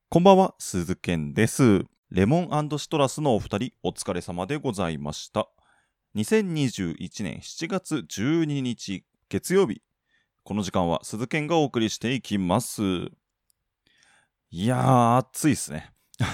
こんばんは、鈴健です。レモン&シトラスのお二人、お疲れ様でございました。2021年7月12日、月曜日。この時間は鈴健がお送りしていきます。いやー、暑いですね。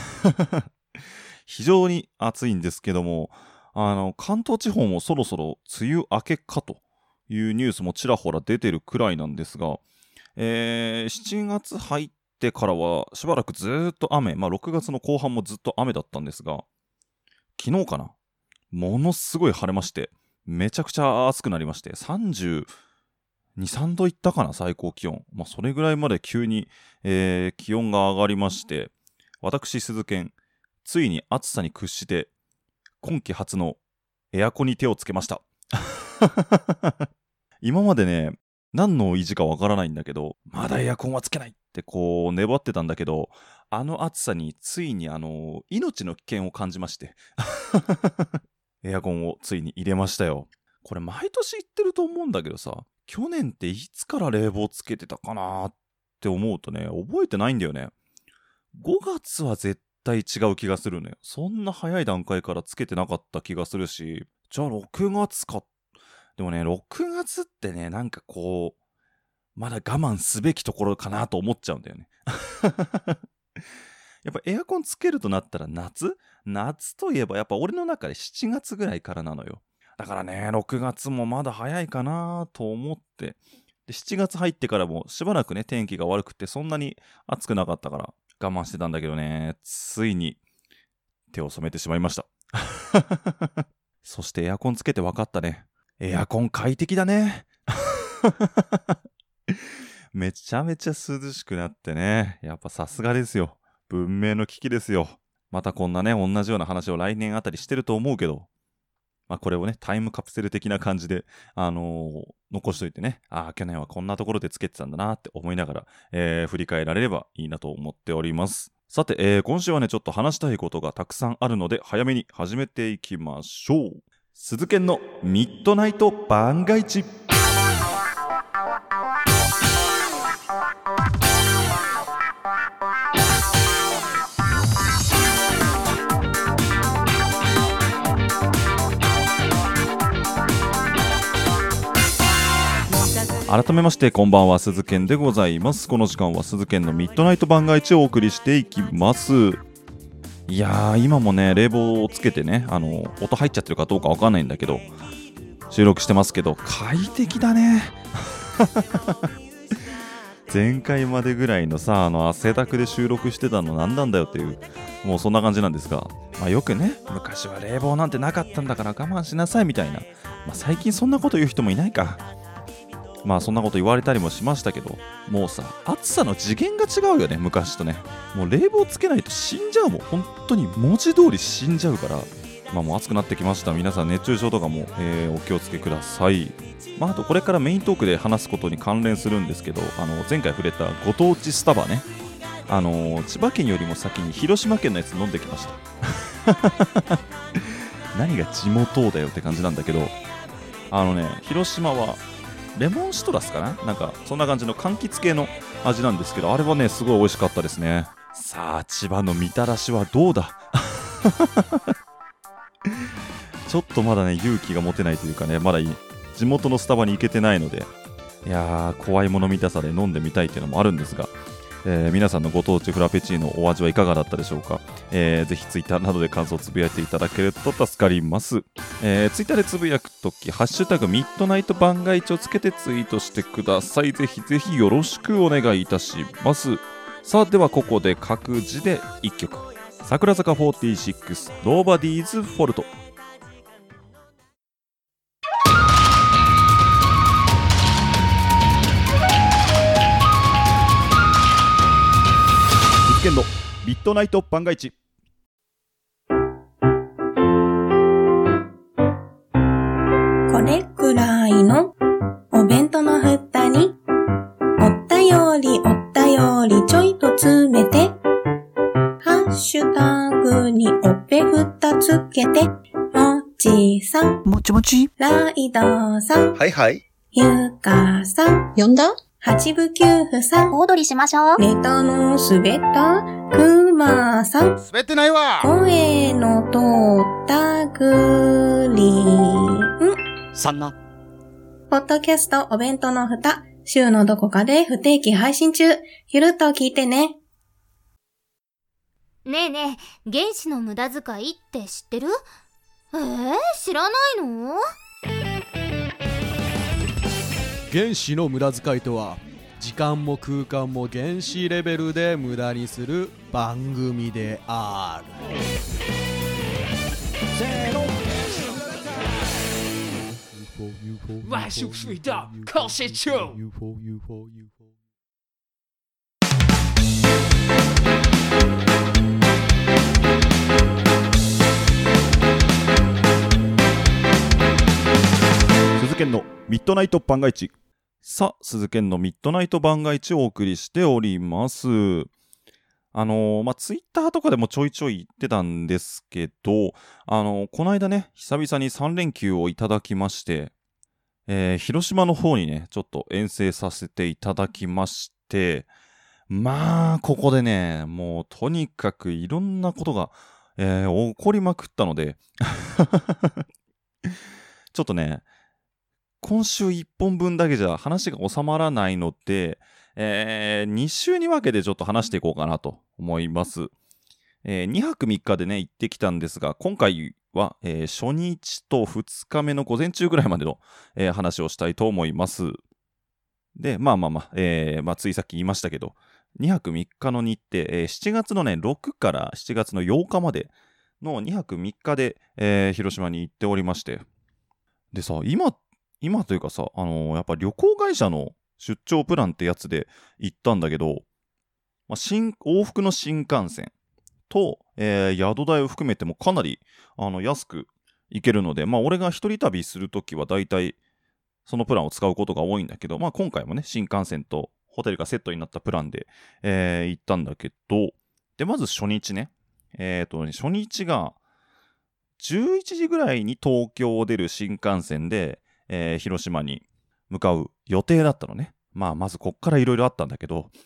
非常に暑いんですけども、関東地方もそろそろ梅雨明けかというニュースもちらほら出てるくらいなんですが、7月入ってからはしばらくずーっと雨、6月の後半もずっと雨だったんですが、昨日かな、ものすごい晴れまして、めちゃくちゃ暑くなりまして、32、3度いったかな、最高気温。それぐらいまで急に、気温が上がりまして、私、鈴健、ついに暑さに屈して、今季初のエアコンに手をつけました。今までね、何の意地かわからないんだけど、まだエアコンはつけないってこう粘ってたんだけど、あの暑さについに命の危険を感じまして、エアコンをついに入れましたよ。これ毎年言ってると思うんだけどさ、去年っていつから冷房つけてたかなって思うとね、覚えてないんだよね。5月は絶対違う気がするのよ。そんな早い段階からつけてなかった気がするし、じゃあ6月か。でもね、6月ってね、なんかこう、まだ我慢すべきところかなと思っちゃうんだよね。やっぱエアコンつけるとなったら夏といえばやっぱ俺の中で7月ぐらいからなのよ。だからね、6月もまだ早いかなと思って、で7月入ってからもしばらくね、天気が悪くてそんなに暑くなかったから我慢してたんだけどね、ついに手を染めてしまいました。そしてエアコンつけて分かったね。エアコン快適だね。めちゃめちゃ涼しくなってね。やっぱさすがですよ。文明の危機ですよ。またこんなね、同じような話を来年あたりしてると思うけど、これをね、タイムカプセル的な感じで、残しといてね、去年はこんなところでつけてたんだなって思いながら、振り返られればいいなと思っております。さて、今週はね、ちょっと話したいことがたくさんあるので、早めに始めていきましょう。鈴健のミッドナイト番外地。改めましてこんばんは、鈴健でございます。この時間は鈴健のミッドナイト番外地をお送りしていきます。いやー、今もね冷房をつけてね、音入っちゃってるかどうかわかんないんだけど収録してますけど、快適だね。前回までぐらいのさ、汗だくで収録してたの何なんだよっていう、もうそんな感じなんですが、よくね、昔は冷房なんてなかったんだから我慢しなさいみたいな、最近そんなこと言う人もいないか。そんなこと言われたりもしましたけど、もうさ、暑さの次元が違うよね、昔とね。もう冷房つけないと死んじゃうもん。本当に文字通り死んじゃうから、もう暑くなってきました。皆さん熱中症とかも、お気をつけください。あとこれからメイントークで話すことに関連するんですけど、前回触れたご当地スタバね、千葉県よりも先に広島県のやつ飲んできました。何が地元だよって感じなんだけど、広島はレモンシトラスかな、なんかそんな感じの柑橘系の味なんですけど、あれはねすごい美味しかったですね。さあ千葉のみたらしはどうだ。ちょっとまだね勇気が持てないというかね、まだ地元のスタバに行けてないので、いやー怖いもの見たさで飲んでみたいっていうのもあるんですが、皆さんのご当地フラペチーノお味はいかがだったでしょうか。ぜひツイッターなどで感想をつぶやいていただけると助かります。ツイッターでつぶやくときハッシュタグミッドナイト番外地をつけてツイートしてください。ぜひぜひよろしくお願いいたします。さあではここで各自で1曲、桜坂46ノーバディーズフォルト。のミッドナイト番外地。 これくらいのお弁当の蓋におったよりちょいと詰めて、ハッシュタグにおっぺふたつけて、もちさん、 もちもち、 ライドさん、 はいはい、 ゆかさん、 呼んだ？ 八部九夫さん、 お踊りしましょう。 ネタのすべったくまさん。 滑ってないわ。 声の通ったグリーン。 さんな。 ポッドキャストお弁当の蓋。週のどこかで不定期配信中。ゆるっと聞いてね。 ねえねえ、原子の無駄遣いって知ってる？知らないの？ 原子の無駄遣いとは、時間も空間も原子レベルで無駄にする番組である。 外食水道考试中。 鈴研のミッドナイト番外地。さあ、鈴研のミッドナイト番外地をお送りしております。ツイッターとかでもちょいちょい言ってたんですけど、この間ね、久々に3連休をいただきまして、広島の方にね、ちょっと遠征させていただきまして、まあ、ここでね、もうとにかくいろんなことが、起こりまくったので、ちょっとね、今週1本分だけじゃ話が収まらないので、2週に分けてちょっと話していこうかなと思います。2泊3日でね、行ってきたんですが、今回は、初日と2日目の午前中ぐらいまでの、話をしたいと思います。で、ついさっき言いましたけど、2泊3日の日程、7月のね、6から7月の8日までの2泊3日で、広島に行っておりまして。でさ、今というかさ、やっぱ旅行会社の出張プランってやつで行ったんだけど、往復の新幹線と、宿代を含めてもかなり安く行けるので、俺が一人旅するときはだいたいそのプランを使うことが多いんだけど、今回もね、新幹線とホテルがセットになったプランで、行ったんだけど、で、まず初日ね。初日が11時ぐらいに東京を出る新幹線で、広島に向かう予定だったのね。まずこっからいろいろあったんだけど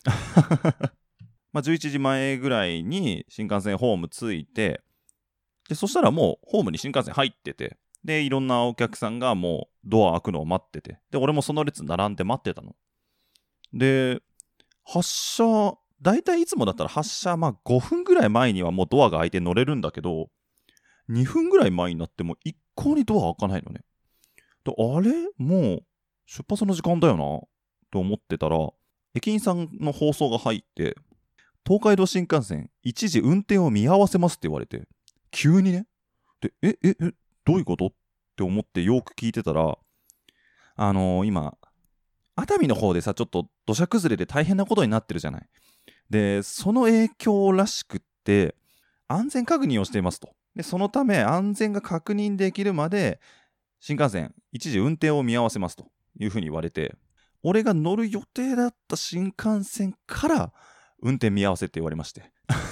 11時前ぐらいに新幹線ホーム着いて、でそしたらもうホームに新幹線入ってて、でいろんなお客さんがもうドア開くのを待ってて、で俺もその列並んで待ってたの。で発車、だいたいいつもだったら発車5分ぐらい前にはもうドアが開いて乗れるんだけど、2分ぐらい前になっても一向にドア開かないのね。あれもう出発の時間だよなと思ってたら、駅員さんの放送が入って、東海道新幹線一時運転を見合わせますって言われて、急にね。でどういうことって思ってよく聞いてたら、今熱海の方でさ、ちょっと土砂崩れで大変なことになってるじゃない。でその影響らしくって安全確認をしていますと。でそのため安全が確認できるまで新幹線一時運転を見合わせますというふうに言われて、俺が乗る予定だった新幹線から運転見合わせって言われまして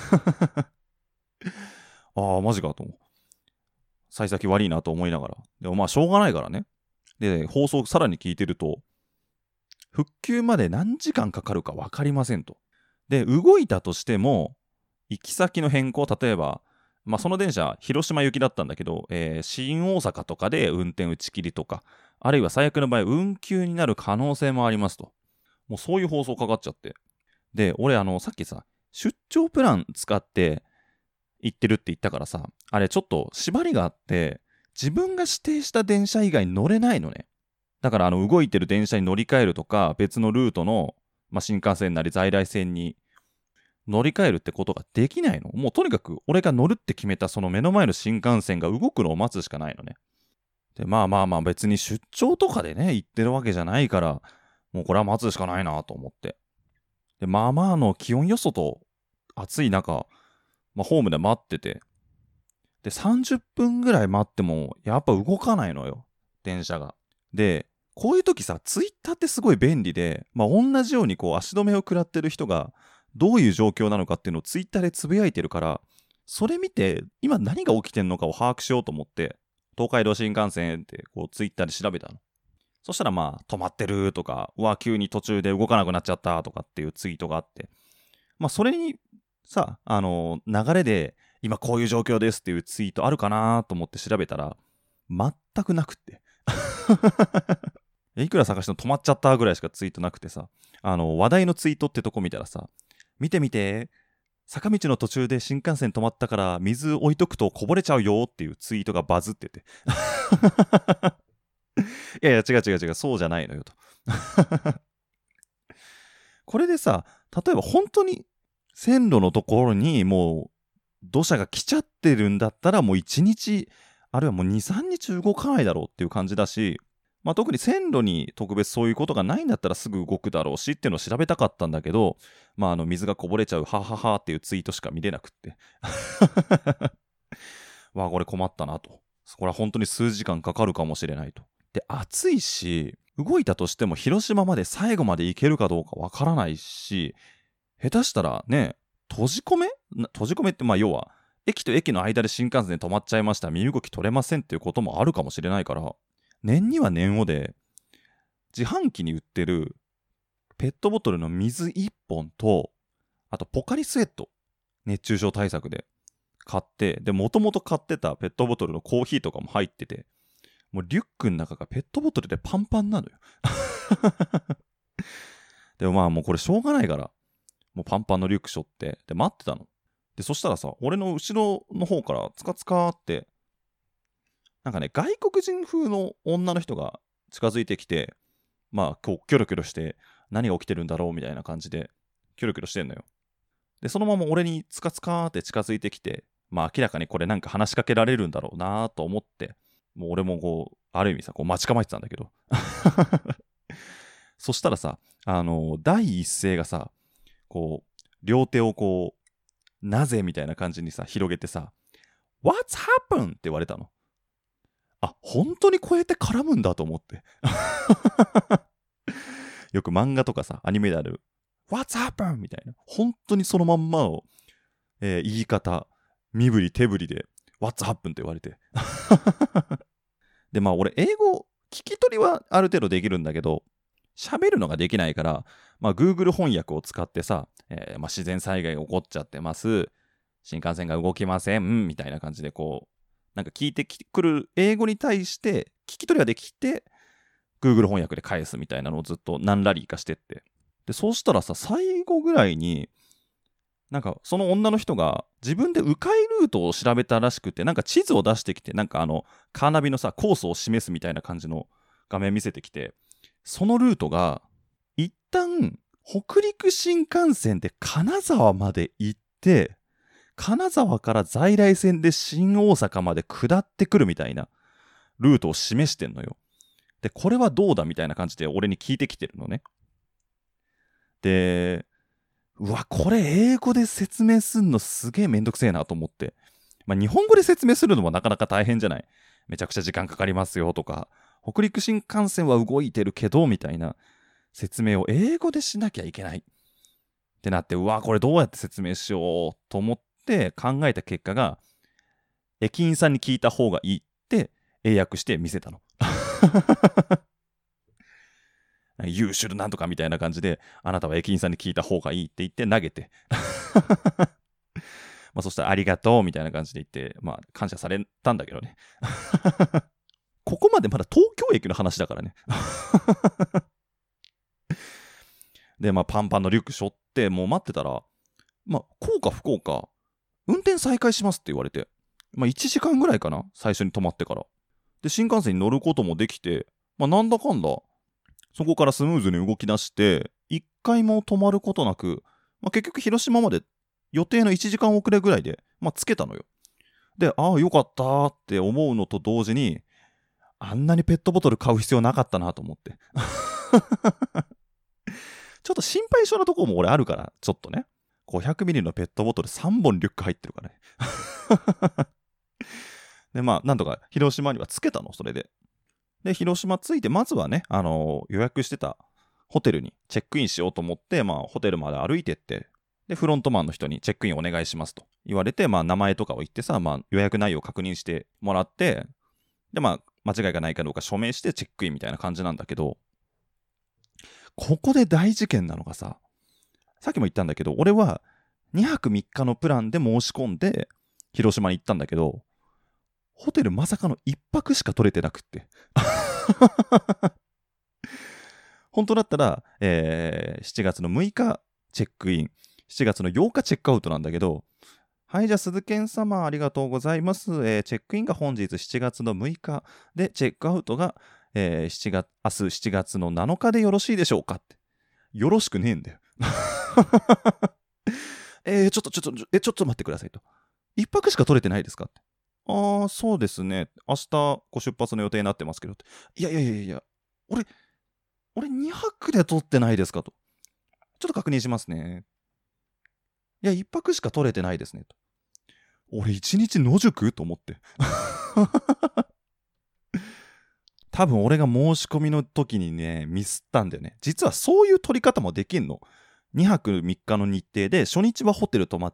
マジかと思う。幸先悪いなと思いながら、でもしょうがないからね。で放送さらに聞いてると、復旧まで何時間かかるか分かりませんと。で動いたとしても行き先の変更、例えばその電車広島行きだったんだけど、新大阪とかで運転打ち切りとか、あるいは最悪の場合運休になる可能性もありますと。もうそういう放送かかっちゃって、で俺さっきさ出張プラン使って行ってるって言ったからさ、あれちょっと縛りがあって、自分が指定した電車以外に乗れないのね。だから動いてる電車に乗り換えるとか、別のルートの、新幹線なり在来線に乗り換えるってことができないの。もうとにかく俺が乗るって決めたその目の前の新幹線が動くのを待つしかないのね。で別に出張とかでね行ってるわけじゃないから、もうこれは待つしかないなと思って。で気温予想と暑い中、ホームで待ってて、で30分ぐらい待ってもやっぱ動かないのよ、電車が。でこういう時さ、ツイッターってすごい便利で、同じように足止めを食らってる人がどういう状況なのかっていうのをツイッターでつぶやいてるから、それ見て今何が起きてんのかを把握しようと思って、東海道新幹線ってツイッターで調べたの。そしたら止まってるとか、急に途中で動かなくなっちゃったとかっていうツイートがあって、それにさ、流れで、今こういう状況ですっていうツイートあるかなと思って調べたら、全くなくって。いくら探しても止まっちゃったぐらいしかツイートなくてさ、話題のツイートってとこ見たらさ、見て見て、坂道の途中で新幹線止まったから水置いとくとこぼれちゃうよっていうツイートがバズってて。いやいや、違う、そうじゃないのよと。これでさ、例えば本当に線路のところにもう土砂が来ちゃってるんだったらもう1日、あるいはもう2、3日動かないだろうっていう感じだし、まあ、特に線路に特別そういうことがないんだったらすぐ動くだろうしっていうのを調べたかったんだけど、まあ、水がこぼれちゃうはははっていうツイートしか見れなくって。わあ、これ困ったなと。これは本当に数時間かかるかもしれないと。で、暑いし、動いたとしても広島まで最後まで行けるかどうかわからないし、下手したらね、閉じ込めってまあ要は、駅と駅の間で新幹線止まっちゃいました、身動き取れませんっていうこともあるかもしれないから、念には念をで、自販機に売ってるペットボトルの水1本と、あとポカリスエット、熱中症対策で買って、で、もともと買ってたペットボトルのコーヒーとかも入ってて、もうリュックの中がペットボトルでパンパンなのよ。でもまあもうこれしょうがないから、もうパンパンのリュック背負って、で待ってたの。で、そしたらさ、俺の後ろの方からツカツカって、なんかね、外国人風の女の人が近づいてきて、まあ、こう、キョロキョロして、何が起きてるんだろうみたいな感じで、キョロキョロしてんのよ。で、そのまま俺にツカツカって近づいてきて、まあ、明らかにこれなんか話しかけられるんだろうなと思って、もう俺もこう、ある意味さ、こう待ち構えてたんだけど。そしたらさ、第一声がさ、こう、両手をこう、なぜみたいな感じにさ、広げてさ、What's happened? って言われたの。あ、本当にこうやって絡むんだと思って。よく漫画とかさ、アニメである、What's happened? みたいな。本当にそのまんまを、言い方、身振り手振りで、What's happened? って言われて。で、まあ俺、英語、聞き取りはある程度できるんだけど、喋るのができないから、まあ Google 翻訳を使ってさ、まあ、自然災害が起こっちゃってます。新幹線が動きません。みたいな感じでこう、なんか聞いてくる英語に対して聞き取りができて Google 翻訳で返すみたいなのをずっと何ラリーかしてって。で、そうしたらさ、最後ぐらいになんかその女の人が自分で迂回ルートを調べたらしくて、なんか地図を出してきて、なんかカーナビのさ、コースを示すみたいな感じの画面見せてきて、そのルートが一旦北陸新幹線で金沢まで行って、金沢から在来線で新大阪まで下ってくるみたいなルートを示してんのよ。で、これはどうだみたいな感じで俺に聞いてきてるのね。で、うわ、これ英語で説明すんのすげえめんどくせえなと思って。まあ日本語で説明するのもなかなか大変じゃない。めちゃくちゃ時間かかりますよとか、北陸新幹線は動いてるけどみたいな説明を英語でしなきゃいけないってなって、うわ、これどうやって説明しようと思って考えた結果が、駅員さんに聞いた方がいいって英訳して見せたの。You should なんとかみたいな感じで、あなたは駅員さんに聞いた方がいいって言って投げて。まあそしたらありがとうみたいな感じで言って、まあ感謝されたんだけどね。ここまでまだ東京駅の話だからね。で、まあパンパンのリュック背負ってもう待ってたら、まあこうか不幸か、運転再開しますって言われて、まあ1時間ぐらいかな、最初に止まってから。で、新幹線に乗ることもできて、まあなんだかんだ、そこからスムーズに動き出して、一回も止まることなく、まあ、結局広島まで予定の1時間遅れぐらいで、まあ、つけたのよ。で、ああ、よかったって思うのと同時に、あんなにペットボトル買う必要なかったなと思って。ちょっと心配性なところも俺あるから、ちょっとね。500ミリのペットボトル3本リュック入ってるからね。で、まあ、なんとか広島にはつけたの、それで。で、広島着いて、まずはね、予約してたホテルにチェックインしようと思って、まあ、ホテルまで歩いてって、で、フロントマンの人にチェックインお願いしますと言われて、まあ、名前とかを言ってさ、まあ、予約内容を確認してもらって、で、まあ、間違いがないかどうか署名してチェックインみたいな感じなんだけど、ここで大事件なのがさ、さっきも言ったんだけど、俺は 2泊3日のプランで申し込んで広島に行ったんだけど、ホテルまさかの1泊しか取れてなくって本当だったら、7月の6日チェックイン、7月の8日チェックアウトなんだけど、はい、じゃあ鈴賢様ありがとうございます、チェックインが本日7月の6日で、チェックアウトが、明日7月の7日でよろしいでしょうかって。よろしくねえんだよちょっと待ってくださいと。1泊しか取れてないですかって。そうですね。明日ご出発の予定になってますけど。いや、俺2泊で取ってないですかと。ちょっと確認しますね。いや、1泊しか取れてないですねと。俺1日野宿と思って多分俺が申し込みの時にねミスったんだよね。実はそういう取り方もできんの。2泊3日の日程で初日はホテル泊まって、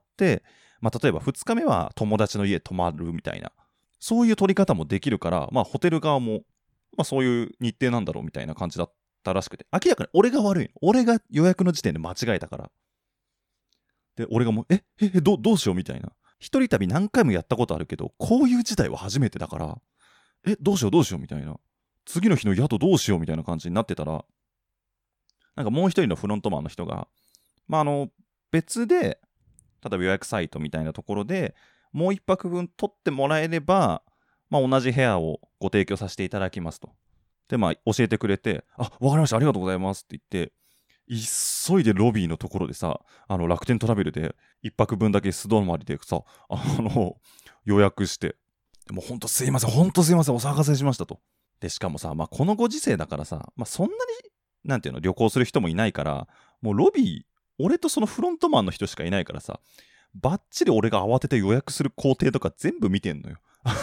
例えば2日目は友達の家泊まるみたいな、そういう取り方もできるから、ホテル側も、そういう日程なんだろうみたいな感じだったらしくて、明らかに俺が悪いの。俺が予約の時点で間違えたから。で、俺がもう、どうしようみたいな。一人旅何回もやったことあるけど、こういう事態は初めてだから、どうしようみたいな。次の日の宿どうしようみたいな感じになってたら、なんかもう一人のフロントマンの人が、別で、例えば予約サイトみたいなところでもう一泊分取ってもらえれば、同じ部屋をご提供させていただきますと。で、教えてくれて、わかりました、ありがとうございますって言って、急いでロビーのところでさ、楽天トラベルで一泊分だけ素泊まりでさ、予約して、でもほんとすいません、お騒がせしましたと。で、しかもさ、このご時世だからさ、そんなに、旅行する人もいないから、もうロビー、俺とそのフロントマンの人しかいないからさ、バッチリ俺が慌てて予約する工程とか全部見てんのよ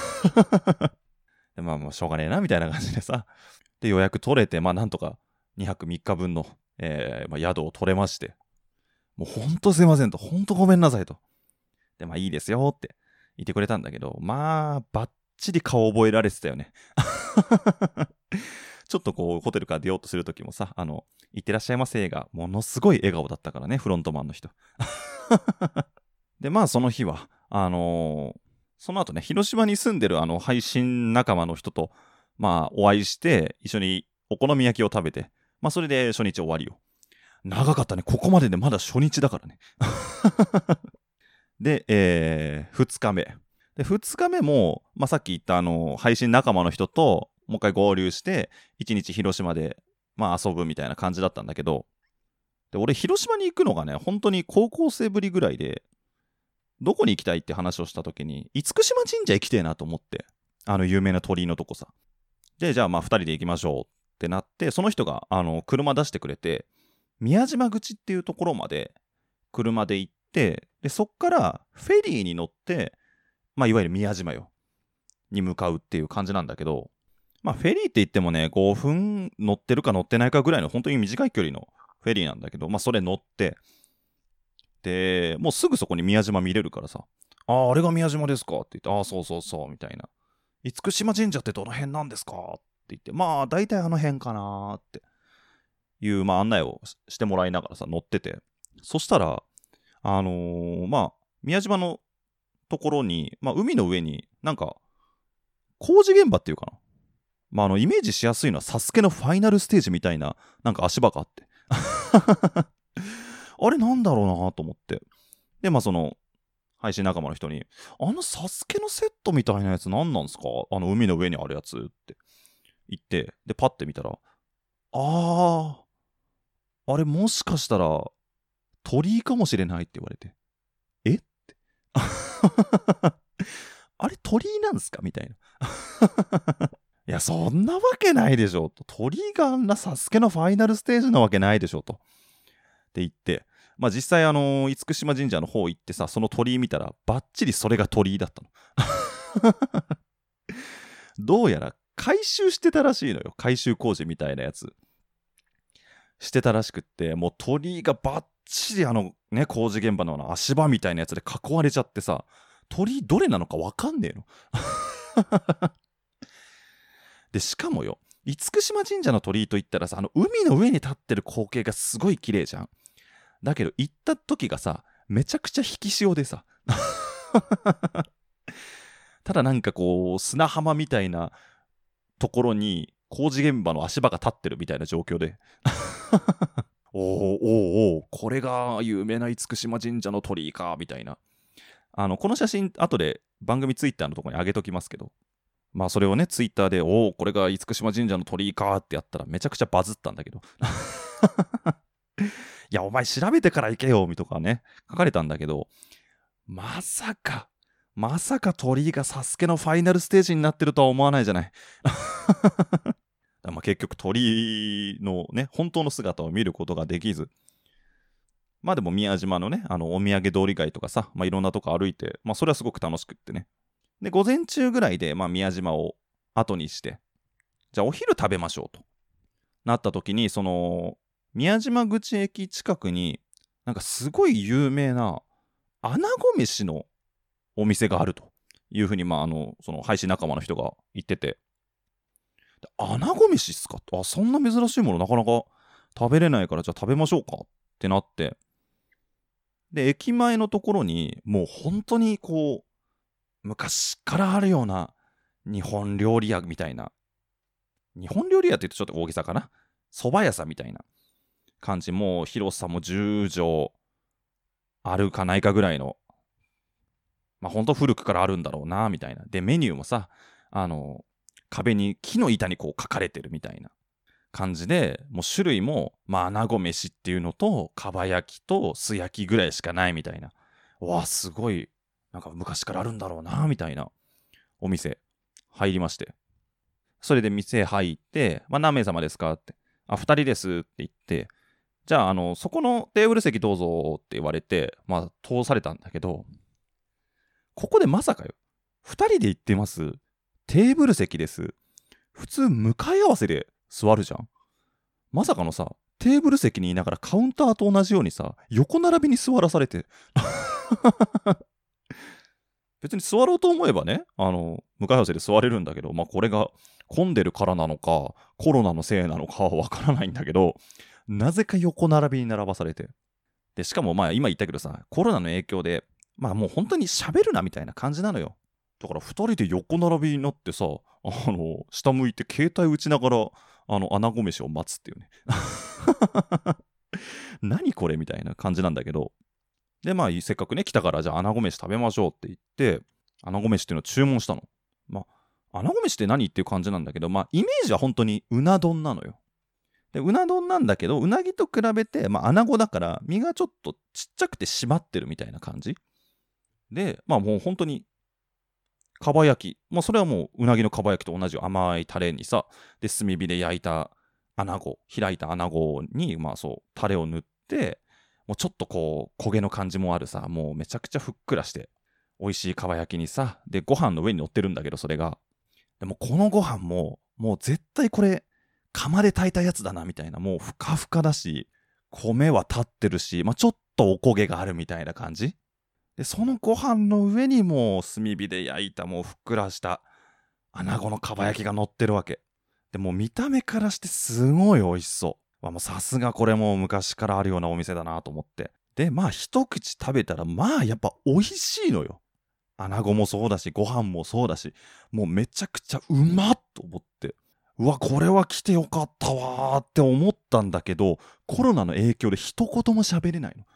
で、もうしょうがねえなみたいな感じでさ、で予約取れて、なんとか2泊3日分の、宿を取れまして、もうほんとすいませんと、ほんとごめんなさいと。で、いいですよって言ってくれたんだけど、バッチリ顔覚えられてたよねちょっとホテルから出ようとするときもさ、いってらっしゃいませがものすごい笑顔だったからね、フロントマンの人で、その日はその後ね、広島に住んでる配信仲間の人とお会いして一緒にお好み焼きを食べて、それで初日終わりよ。長かったね。ここまででまだ初日だからねで、2日目で、2日目も、さっき言った配信仲間の人ともう一回合流して1日広島で遊ぶみたいな感じだったんだけど、で俺広島に行くのがね本当に高校生ぶりぐらいで、どこに行きたいって話をした時に厳島神社行きてえなと思って、有名な鳥居のとこさで、じゃあ2人で行きましょうってなって、その人が車出してくれて、宮島口っていうところまで車で行って、でそっからフェリーに乗って、いわゆる宮島に向かうっていう感じなんだけど、フェリーって言ってもね、5分乗ってるか乗ってないかぐらいの本当に短い距離のフェリーなんだけど、それ乗って、で、もうすぐそこに宮島見れるからさ、あれが宮島ですかって言って、そうみたいな。厳島神社ってどの辺なんですかって言って、大体あの辺かなっていう、案内をしてもらいながらさ、乗ってて、そしたら、宮島のところに、海の上になんか工事現場っていうかな、イメージしやすいのはサスケのファイナルステージみたいななんか足場があってあれなんだろうなと思って、でその配信仲間の人に、サスケのセットみたいなやつ何なんすか、海の上にあるやつって言って、でパッて見たら、あれもしかしたら鳥居かもしれないって言われて、ってあれ鳥居なんすかみたいないやそんなわけないでしょと、鳥居があんなサスケのファイナルステージなわけないでしょとって言って、実際厳島神社の方行ってさ、その鳥居見たらバッチリそれが鳥居だったのどうやら改修してたらしいのよ。改修工事みたいなやつしてたらしくって、もう鳥居がバッチリ工事現場の足場みたいなやつで囲われちゃってさ、鳥居どれなのかわかんねえのでしかもよ、厳島神社の鳥居といったらさ、海の上に立ってる光景がすごい綺麗じゃん。だけど行った時がさ、 めちゃくちゃ引き潮でさただなんかこう砂浜みたいなところに工事現場の足場が立ってるみたいな状況でおーこれが有名な厳島神社の鳥居かみたいな。この写真後で番組ツイッターのところに上げときますけど、まあそれをねツイッターでこれが厳島神社の鳥居かってやったらめちゃくちゃバズったんだけどいやお前調べてから行けよとかね書かれたんだけど、まさか鳥居がサスケのファイナルステージになってるとは思わないじゃないまあ結局鳥居のね本当の姿を見ることができず、まあでも宮島のねお土産通り街とかさ、まあいろんなとこ歩いて、まあそれはすごく楽しくってね。で午前中ぐらいでまあ宮島を後にして、じゃあお昼食べましょうとなった時に、その宮島口駅近くになんかすごい有名な穴子飯のお店があるというふうにまあその配信仲間の人が言ってて、穴子飯っすか、そんな珍しいものなかなか食べれないからじゃあ食べましょうかってなって、で駅前のところにもう本当にこう昔からあるような日本料理屋みたいな、日本料理屋って言うとちょっと大げさかな、蕎麦屋さんみたいな感じ、もう広さも10畳あるかないかぐらいの、まあほんと古くからあるんだろうなみたいな。でメニューもさ壁に木の板にこう書かれてるみたいな感じで、もう種類もまあ穴子飯っていうのとかば焼きと素焼きぐらいしかないみたいな、わあすごいなんか昔からあるんだろうなみたいなお店入りまして、それで店入って、まあ何名様ですかって、2人ですって言って、じゃあそこのテーブル席どうぞって言われて、まあ通されたんだけど、ここでまさかよ、2人で行ってます、テーブル席です、普通向かい合わせで座るじゃん。まさかのさテーブル席にいながらカウンターと同じようにさ横並びに座らされて別に座ろうと思えばね向かい合わせで座れるんだけど、まあこれが混んでるからなのかコロナのせいなのかはわからないんだけど、なぜか横並びに並ばされて、でしかもまあ今言ったけどさコロナの影響でまあもう本当に喋るなみたいな感じなのよ。だから2人で横並びになってさ下向いて携帯打ちながら穴子飯を待つっていうね何これみたいな感じなんだけど、でまあせっかくね来たからじゃあ穴子飯食べましょうって言って穴子飯っていうのを注文したの。まあ穴子飯って何っていう感じなんだけど、まあイメージは本当にうな丼なのよ。でうな丼なんだけどうなぎと比べてまあ穴子だから身がちょっとちっちゃくて締まってるみたいな感じで、まあもう本当にかば焼き、まあそれはもううなぎのかば焼きと同じ甘いタレにさ、で炭火で焼いた穴子、開いた穴子にまあそうタレを塗って、もうちょっとこう焦げの感じもあるさ、もうめちゃくちゃふっくらして美味しいかば焼きにさ、でご飯の上に乗ってるんだけど、それがでもこのご飯ももう絶対これ釜で炊いたやつだなみたいな、もうふかふかだし米は立ってるし、まあちょっとお焦げがあるみたいな感じで、そのご飯の上にもう炭火で焼いたもうふっくらした穴子のかば焼きが乗ってるわけで、もう見た目からしてすごい美味しそう。もうさすがこれも昔からあるようなお店だなと思って、でまあ一口食べたらまあやっぱ美味しいのよ。穴子もそうだしご飯もそうだし、もうめちゃくちゃうまっと思って、うわこれは来てよかったわーって思ったんだけど、コロナの影響で一言も喋れないの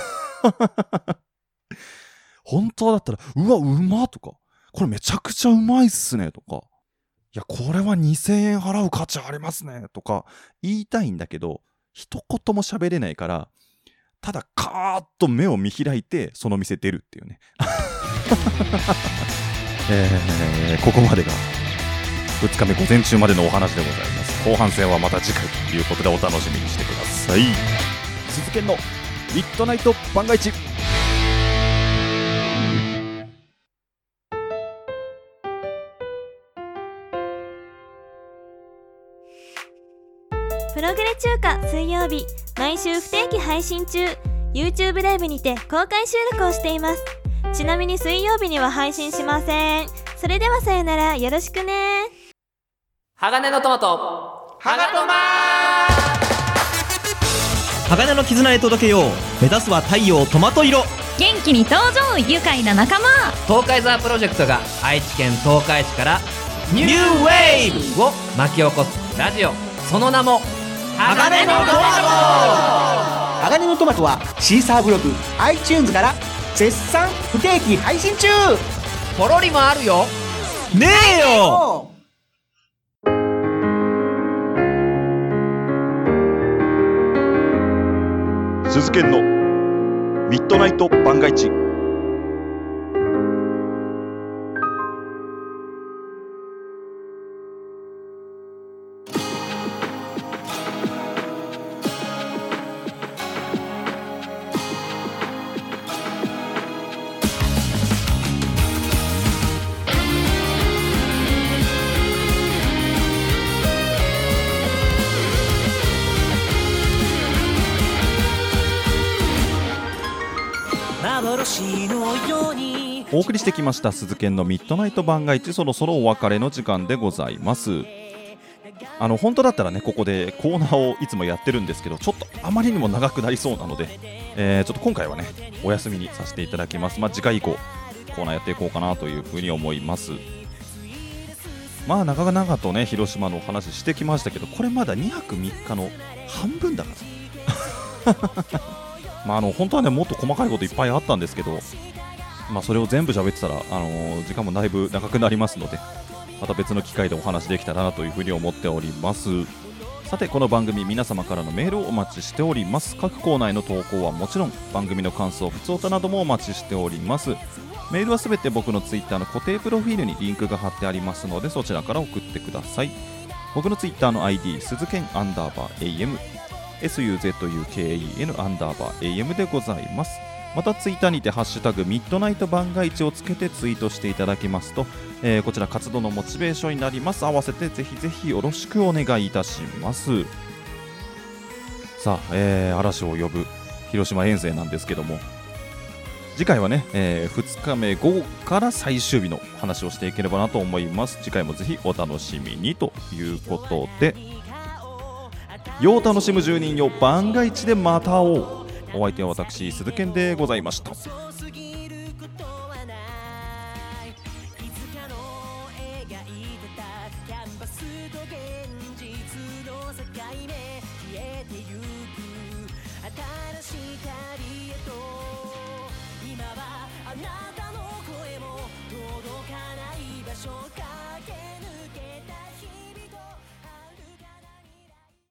本当だったらうわうまとか、これめちゃくちゃうまいっすねとか、いやこれは2000円払う価値ありますねとか言いたいんだけど、一言も喋れないから、ただカーッと目を見開いてその店出るっていうねここまでが2日目午前中までのお話でございます。後半戦はまた次回ということでお楽しみにしてください。 鈴研のミッドナイト番外地。 プログレ中華水曜日、毎週不定期配信中。 YouTube ライブにて公開収録をしています。ちなみに水曜日には配信しません。それではさよなら、よろしくね。 鋼のトマト、ハガトマ鋼の絆へ届けよう。目指すは太陽トマト色。 元気に登場愉快な仲間。 東海ザープロジェクトが愛知県東海市からニューウェーブを巻き起こすラジオ、その名も鋼のトマト。 鋼のトマトはシーサーブログ iTunes から絶賛不定期配信中。 ポロリもあるよ。 ねえよ。鈴研のミッドナイト番外地。お送りしてきました鈴研のミッドナイト番外地、そろそろお別れの時間でございます。本当だったらねここでコーナーをいつもやってるんですけど、ちょっとあまりにも長くなりそうなので、ちょっと今回はねお休みにさせていただきます。次回以降コーナーやっていこうかなというふうに思います。長々とね広島のお話してきましたけど、これまだ2泊3日の半分だから本当はねもっと細かいこといっぱいあったんですけど、それを全部喋ってたら、時間もだいぶ長くなりますので、また別の機会でお話できたらなというふうに思っております。さてこの番組皆様からのメールをお待ちしております。各コーナーへの投稿はもちろん番組の感想、ふつおたなどもお待ちしております。メールはすべて僕のツイッターの固定プロフィールにリンクが貼ってありますので、そちらから送ってください。僕のツイッターの ID 鈴研_AM SUZUKEN _AM でございます。またツイッターにてハッシュタグミッドナイト番外地をつけてツイートしていただきますと、こちら活動のモチベーションになります。合わせてぜひぜひよろしくお願いいたします。さあ、嵐を呼ぶ広島遠征なんですけども、次回はね、2日目午後から最終日の話をしていければなと思います。次回もぜひお楽しみにということで、よう楽しむ住人よ番外地でまた会おう。お相手は私鈴研でございました。 キャンバスと現実の境目